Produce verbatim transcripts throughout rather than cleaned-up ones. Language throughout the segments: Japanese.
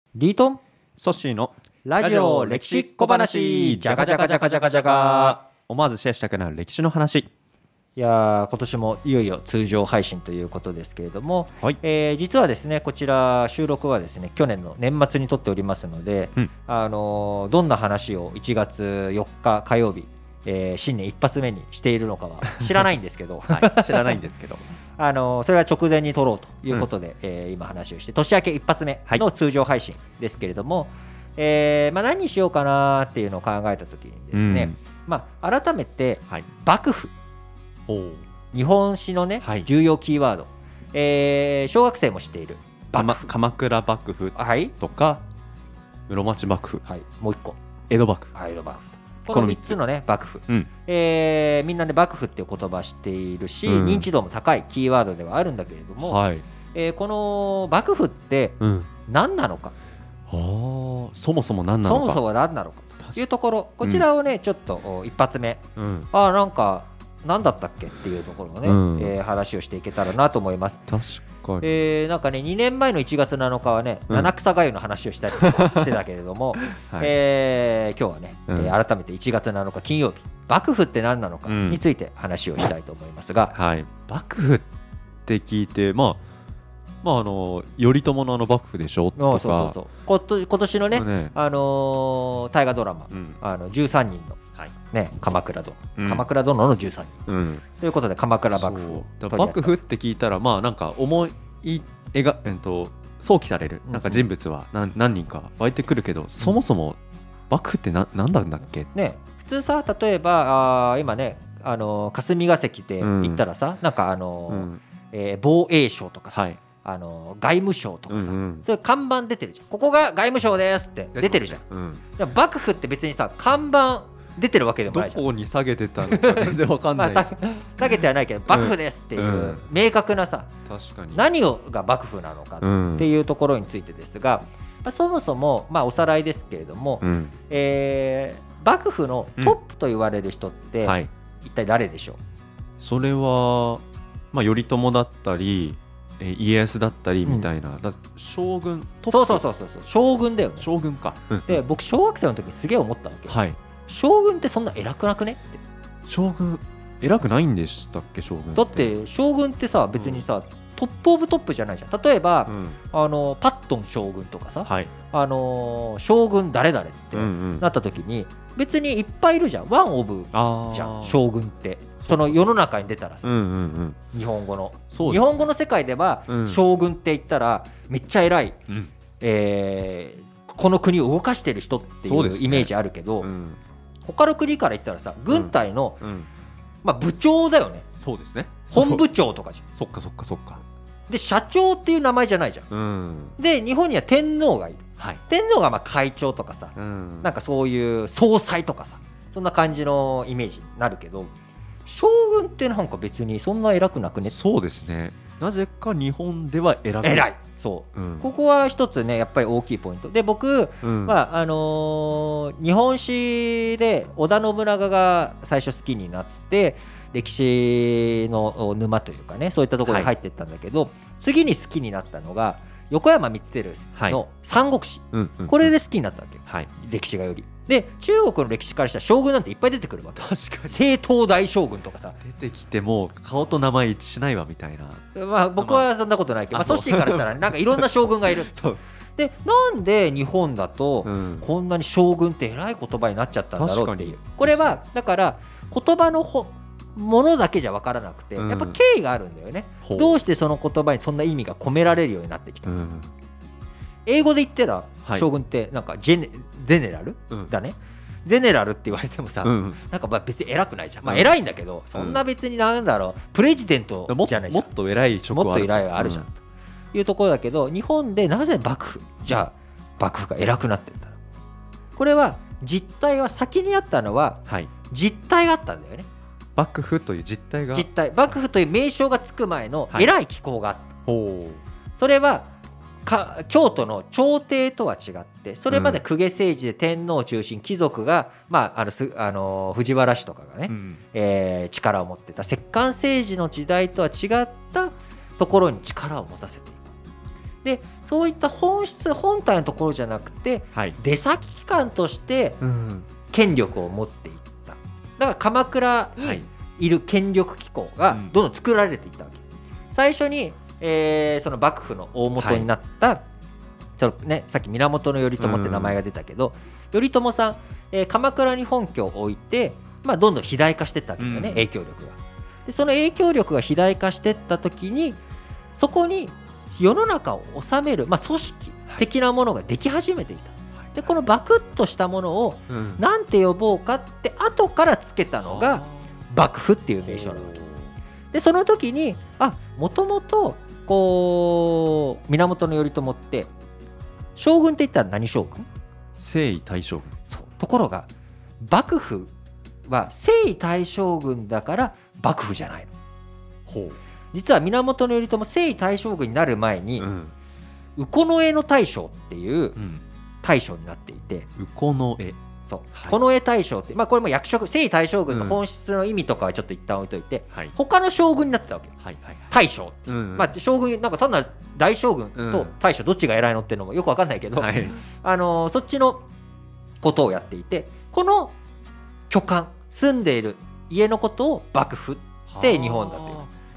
リートンソッシーのラジオ歴史小話じゃがじゃがじゃがじゃがじゃが思わずシェアしたくなる歴史の話。 いや今年もいよいよ通常配信ということですけれども、 はいえー、実はですねこちら収録はですね去年の年末に撮っておりますので、うん、あのどんな話をいちがつよっか火曜日、えー、新年一発目にしているのかは知らないんですけど、 はい、知らないんですけどあのそれは直前に撮ろうということで、うんえー、今話をして年明け一発目の通常配信ですけれども、はいえーまあ、何にしようかなっていうのを考えた時にですね、うんまあ、改めて、はい、幕府日本史のね、はい、重要キーワード、えー、小学生も知っている幕府鎌倉幕府とか、はい、室町幕府、 はい、もう一個江戸幕府、 はい、江戸幕府このみっつのね幕府、うんえー、みんなね幕府っていう言葉知っているし、うん、認知度も高いキーワードではあるんだけれども、はいえー、この幕府って何なのか、 うん、あそもそも何なのかそもそも何なのかというところこちらをね、うん、ちょっと一発目、うん、あなんか何だったっけっていうところをね、うんえー、話をしていけたらなと思います。 確かに、 えー、なんかねにねんまえのいちがつなのかはね、うん、七草がゆの話をしたりとかしてたけれども、はいえー、今日はね、うんえー、改めていちがつなのか金曜日幕府って何なのかについて話をしたいと思いますが、 うんはい、幕府って聞いてまあまああの頼朝のあの幕府でしょとかそうそうそうこと今年のね、ねあのー、大河ドラマ、うん、あのじゅうさんにんのね、鎌倉殿、うん、鎌倉殿のじゅうさんにん、うん、ということで鎌倉幕府を幕府って聞いたらまあなんか思い描、えっと、想起されるなんか人物は 何,、うん、何人か湧いてくるけど、うん、そもそも幕府ってな何なんだっけ、 ね、普通さ例えばあ今ねあの霞が関で言ったらさ、うん、なんかあの、うんえー、防衛省とかさ、はいあの外務省とかさ、うんうん、そういう看板出てるじゃんここが外務省ですって出てるじゃん、うん、幕府って別にさ看板出てるわけでもないじゃんどこに下げてたのか全然わかんないし、まあ、 下げてはないけど幕府ですっていう明確なさ、 うん、確かに何をが幕府なのかっていうところについてですが、まあ、そもそも、まあ、おさらいですけれども、うんえー、幕府のトップと言われる人って、うんはい、一体誰でしょう。 それは、まあ、頼朝だったり家康だったりみたいな、うん、だ将軍トップそうそうそうそう将軍だよね将軍か、うん、 で僕小学生の時にすげえ思ったわけ、はい、将軍ってそんな偉くなくねって将軍偉くないんでしたっけ将軍ってだって将軍ってさ別にさ、うん、トップオブトップじゃないじゃん例えば、うん、あのパットン将軍とかさ、はい、あの将軍誰々ってなった時に、うんうん、別にいっぱいいるじゃんワンオブじゃん将軍ってその世の中に出たらさ、うんうんうん、日本語の、日本語の世界では、うん、将軍って言ったらめっちゃ偉い、うんえー、この国を動かしてる人っていうイメージあるけど、ねうん、他の国から言ったらさ軍隊の、うんうんまあ、部長だよねそうですね本部長とかじゃんそっかそっかそっかで社長っていう名前じゃないじゃん、うん、で日本には天皇がいる、はい、天皇がまあ会長とかさ、うん、なんかそういう総裁とかさそんな感じのイメージになるけど将軍ってなんか別にそんな偉くなくねそうですねなぜか日本では偉く偉いそう、うん、ここは一つねやっぱり大きいポイントで僕、うんまああのー、日本史で織田信長が最初好きになって歴史の沼というかねそういったところに入っていったんだけど、はい、次に好きになったのが横山光輝の三国志、はいうんうんうん、これで好きになったわけ、はい、歴史がよりで中国の歴史からしたら将軍なんていっぱい出てくるわけ確かに正統大将軍とかさ出てきても顔と名前一致しないわみたいな、まあ、僕はそんなことないけど、まあ、組織からしたら、ね、なんかいろんな将軍がいるそうでなんで日本だとこんなに将軍って偉い言葉になっちゃったんだろうっていうこれはだから言葉のほものだけじゃ分からなくて、うん、やっぱ経緯があるんだよねどうしてその言葉にそんな意味が込められるようになってきた、うん、英語で言ってた将軍ってなんかジェネ、ゼネラル、うん、だねゼネラルって言われてもさ、うん、なんかまあ別に偉くないじゃん、まあ、偉いんだけど、うん、そんな別になんだろうプレジデントじゃないじゃんもっと偉い職はあるもっと偉いがあるじゃん、うん、というところだけど日本でなぜ幕府じゃあ幕府が偉くなってんだろうこれは実態は先にあったのは、はい、実態があったんだよね幕府という実態が実態幕府という名称がつく前の偉い機構があった、はい、それはか京都の朝廷とは違ってそれまで公家政治で天皇中心貴族が、まあ、あのすあの藤原氏とかがね、うんえー、力を持ってた摂関政治の時代とは違ったところに力を持たせているでそういった本質本体のところじゃなくて、はい、出先機関として権力を持っていった。だから鎌倉にいる権力機構がどんどん作られていったわけ、うん、最初に、えー、その幕府の大元になった、はい、ちょっとね、さっき源頼朝って名前が出たけど、うん、頼朝さん、えー、鎌倉に本拠を置いて、まあ、どんどん肥大化していったわけだよね、うん、影響力が。でその影響力が肥大化していった時にそこに世の中を治める、まあ、組織的なものができ始めていた、はい、でこのバクッとしたものを何て呼ぼうかって後からつけたのが幕府っていう名称なわけで、その時にあもともとこう源頼朝って将軍って言ったら何将軍？ 征夷大将軍。 そうところが幕府は征夷大将軍だから幕府じゃないの。ほう。実は源頼朝征夷大将軍になる前に、うん、右近衛の大将っていう大将になっていて、 右近衛そう、はい、近衛大将って、まあ、これも役職征夷大将軍の本質の意味とかはちょっと一旦置いといて、うん、他の将軍になってたわけよ、はいはいはい、大将って、うんうん、まあ、将軍なんか単なる大将軍と大将どっちが偉いのっていうのもよく分かんないけど、はい、あのそっちのことをやっていて、この居間住んでいる家のことを幕府って日本だという。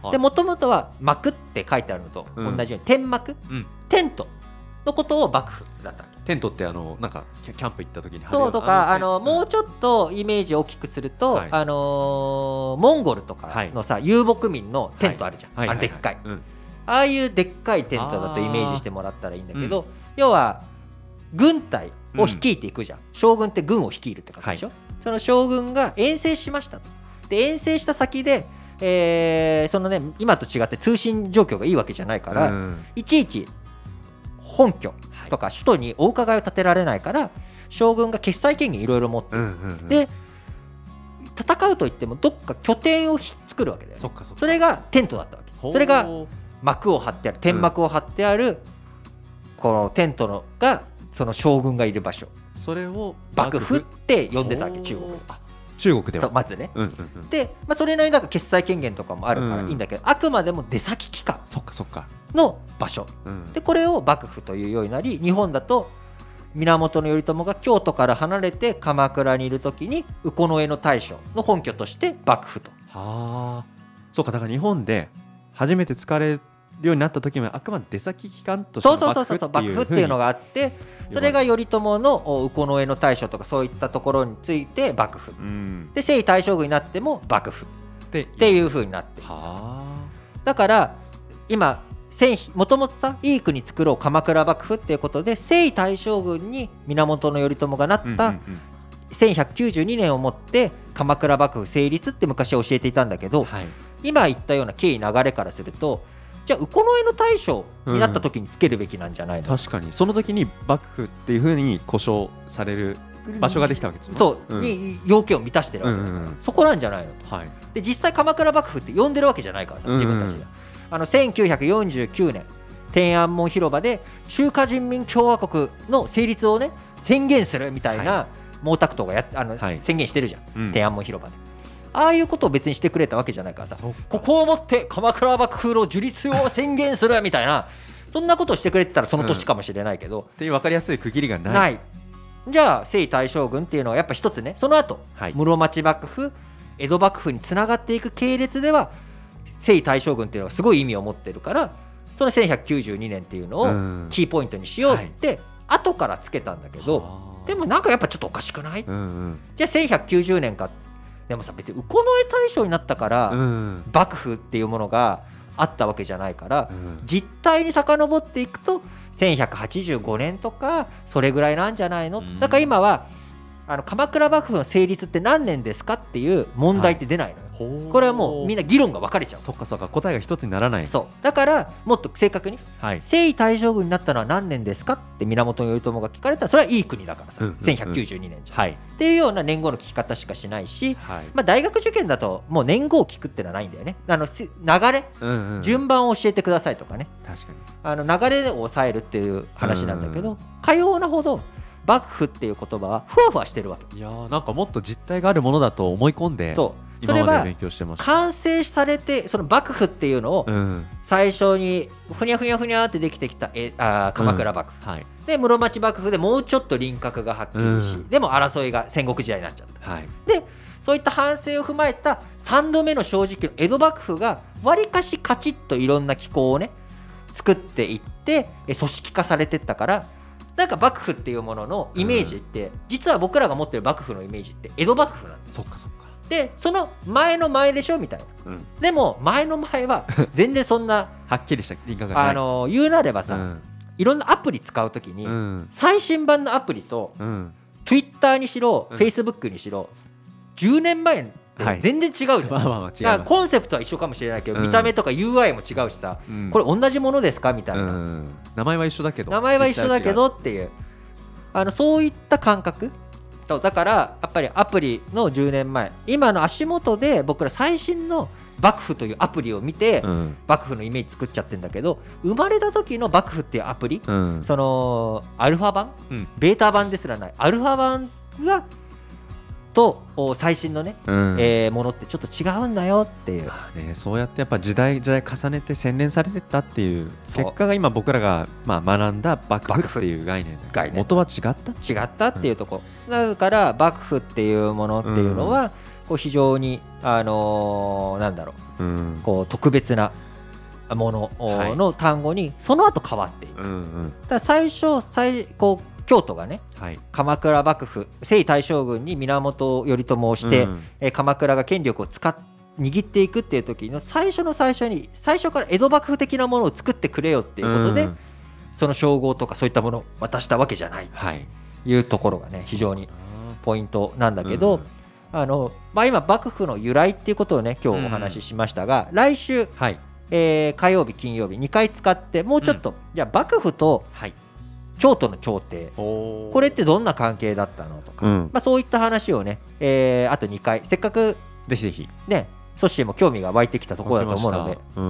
でもともとは幕って書いてあるのと同じように、うん、天幕、うん、テントのことを幕府だったわけ。 テントってあのなんかキャンプ行った時にそうとかあの、うん、もうちょっとイメージを大きくすると、はい、あのー、モンゴルとかのさ、はい、遊牧民のテントあるじゃん、はい、あのでっかい、はいはいはい、うん、ああいうでっかいテントだとイメージしてもらったらいいんだけど、うん、要は軍隊を率いていくじゃん、うん、将軍って軍を率いるって感じでしょ、はい、その将軍が遠征しましたと。で遠征した先でえーそのね、今と違って通信状況がいいわけじゃないから、うん、いちいち本拠とか首都にお伺いを立てられないから将軍が決裁権限いろいろ持って、うんうんうん、で戦うといってもどっか拠点を作るわけだよね。そっかそっか。それがテントだったわけ。それが幕を張ってある天幕を張ってある、うん、このテントのがその将軍がいる場所、 それを幕府って呼んでたわけ中国。 中国ではまずね、うんうんうん、で、まあ、それなりに決裁権限とかもあるからいいんだけど、うん、あくまでも出先機関の場所、うん、でこれを幕府というようになり、日本だと源頼朝が京都から離れて鎌倉にいる時に右近衛の大将の本拠として幕府と。 はあ、そうか。だから日本で初めて使われるようになった時もあくまで出先機関としての幕府っていう幕府っていうのがあって、それが頼朝の右近衛の大将とかそういったところについて幕府、うん、で征夷大将軍になっても幕府っていう風になっている。だから今もともとさいい国作ろう鎌倉幕府っていうことで征夷大将軍に源頼朝がなったせんひゃくきゅうじゅうにねんをもって鎌倉幕府成立って昔は教えていたんだけど、はい、今言ったような経緯流れからすると、じゃあ右近衛の大将になった時につけるべきなんじゃないの、 うん、確かにその時に幕府っていう風に呼称される場所ができたわけですね。 そう、うん、に要件を満たしてるわけだから、うんうん、そこなんじゃないのと、はい、で実際鎌倉幕府って呼んでるわけじゃないからさ、自分たちが、うんうん、あのせんきゅうひゃくよんじゅうきゅうねん天安門広場で中華人民共和国の成立をね宣言するみたいな毛沢東がやあの、はい、宣言してるじゃん、うん、天安門広場で。ああいうことを別にしてくれたわけじゃないからさ、ここをもって鎌倉幕府の樹立を宣言するみたいなそんなことをしてくれてたらその年かもしれないけど、うん、 っていう分かりやすい区切りがないない。じゃあ征夷大将軍っていうのはやっぱ一つね、その後、はい、室町幕府江戸幕府につながっていく系列では征夷大将軍っていうのはすごい意味を持ってるから、そのせんひゃくきゅうじゅうにねんっていうのをキーポイントにしようって後からつけたんだけど、うん、でもなんかやっぱちょっとおかしくない、うんうん、じゃあせんひゃくきゅうじゅうねんか、でもさ別に右近衛大将になったから、うん、幕府っていうものがあったわけじゃないから、うん、実態に遡っていくとせんひゃくはちじゅうごねんとかそれぐらいなんじゃないの、うん、だから今はあの鎌倉幕府の成立って何年ですかっていう問題って出ないのよ、はい、これはもうみんな議論が分かれちゃう。 そっかそっか、答えが一つにならない。 そうだからもっと正確に、はい、征夷大将軍になったのは何年ですかって源頼朝が聞かれたら、それはいい国だからさ、うんうんうん、せんひゃくきゅうじゅうにねんじゃん、はい、っていうような年号の聞き方しかしないし、はい、まあ、大学受験だともう年号を聞くってのはないんだよね。あの流れ、うんうんうん、順番を教えてくださいとかね、確かにあの流れを抑えるっていう話なんだけど、うんうん、かようなほど幕府っていう言葉はふわふわしてるわけ。 いやーなんかもっと実体があるものだと思い込んで、 そうそれは完成されてその幕府っていうのを最初にふにゃふにゃふにゃってできてきたえあ鎌倉幕府、うんはい、で室町幕府でもうちょっと輪郭がはっきりし、うん、でも争いが戦国時代になっちゃった、はい、でそういった反省を踏まえたさんどめの正直の江戸幕府がわりかしカチッといろんな機構をね作っていって組織化されてったからなんか幕府っていうもののイメージって、うん、実は僕らが持ってる幕府のイメージって江戸幕府なんです。 そっかそっか。 でその前の前でしょみたいな、うん、でも前の前は全然そんなはっきりした輪郭がない。 あの言うなればさ、うん、いろんなアプリ使うときに、うん、最新版のアプリと、うん、Twitter にしろ、うん、Facebook にしろじゅうねんまえ全然違うじゃん、はい、まあまあまあ違う。だからコンセプトは一緒かもしれないけど、うん、見た目とか ユーアイ も違うしさ、うん、これ同じものですかみたいな、うん、 名前は一緒だけど名前は一緒だけどっていうあのそういった感覚だからやっぱりアプリのじゅうねんまえ今の足元で僕ら最新の幕府というアプリを見て、うん、幕府のイメージ作っちゃってるんだけど生まれた時の幕府っていうアプリ、うん、そのアルファ版、うん、ベータ版ですらないアルファ版がと最新のね、うんえー、ものってちょっと違うんだよっていう、 まあね、そうやってやっぱ時代時代重ねて洗練されてったっていう結果が今僕らがまあ学んだ幕府っていう概念だ、ね、元は違った違ったっていうところ、うん、だから幕府っていうものっていうのは、うん、こう非常にあのー、なんだろう、うん、こう特別なものの単語にその後変わっていく、はいうんうん、だから最初最こう京都がね、はい、鎌倉幕府征夷大将軍に源頼朝をして、うんえー、鎌倉が権力を使っ握っていくっていう時の最初の最初に最初から江戸幕府的なものを作ってくれよっていうことで、うん、その称号とかそういったものを渡したわけじゃない、はい、いうところがね非常にポイントなんだけど、うんあのまあ、今幕府の由来っていうことをね今日お話ししましたが、うん、来週、はいえー、火曜日金曜日にかい使ってもうちょっと、うん、じゃあ幕府と、はい京都の朝廷これってどんな関係だったのとか、うんまあ、そういった話をね、えー、あとにかいせっかくぜひぜひねソッシーも興味が湧いてきたところだと思うので、 うん、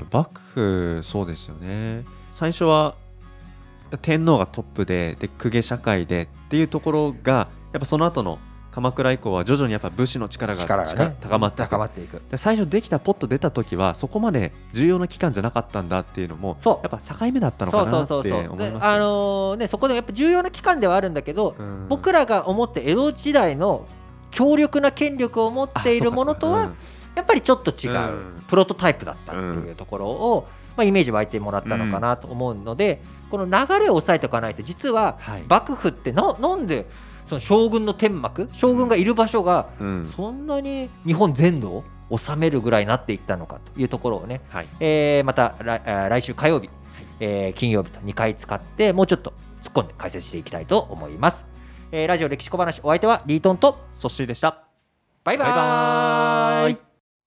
幕府そうですよね最初は天皇がトップでで公家社会でっていうところがやっぱその後の鎌倉以降は徐々にやっぱ武士の力が力が、ね、高まっていく、高まっていくで最初できたポッと出た時はそこまで重要な期間じゃなかったんだっていうのもやっぱ境目だったのかなって思いますね。 あのー、ねそこでやっぱ重要な期間ではあるんだけど、うん、僕らが思って江戸時代の強力な権力を持っているものとはやっぱりちょっと違う、うん、プロトタイプだったっていうところを、まあ、イメージ湧いてもらったのかなと思うので、うん、この流れを抑えておかないと実は幕府ってな、なんでその将軍の天幕将軍がいる場所がそんなに日本全土を治めるぐらいになっていったのかというところをね、はいえー、また 来, 来週火曜日、はいえー、金曜日とにかい使ってもうちょっと突っ込んで解説していきたいと思います、えー、ラジオ歴史小話お相手はリートンとソッシーでした。 バイバイ、バイバイ。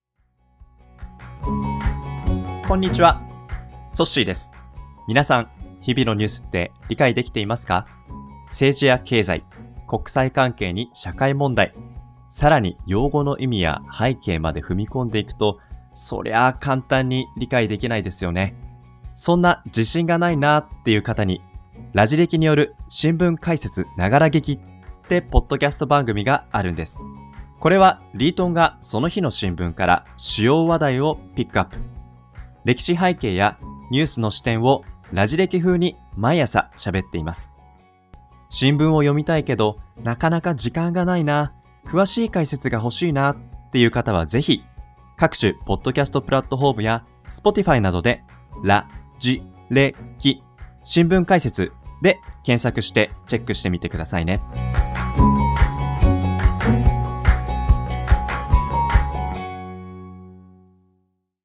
こんにちは、ソッシーです。皆さん日々のニュースって理解できていますか？政治や経済国際関係に社会問題、さらに用語の意味や背景まで踏み込んでいくと、そりゃあ簡単に理解できないですよね。そんな自信がないなっていう方に、ラジ歴による新聞解説ながら劇ってポッドキャスト番組があるんです。これはリートンがその日の新聞から主要話題をピックアップ。歴史背景やニュースの視点をラジ歴風に毎朝喋っています。新聞を読みたいけどなかなか時間がないな、詳しい解説が欲しいなっていう方はぜひ各種ポッドキャストプラットフォームや Spotify などでラジレキ新聞解説で検索してチェックしてみてくださいね。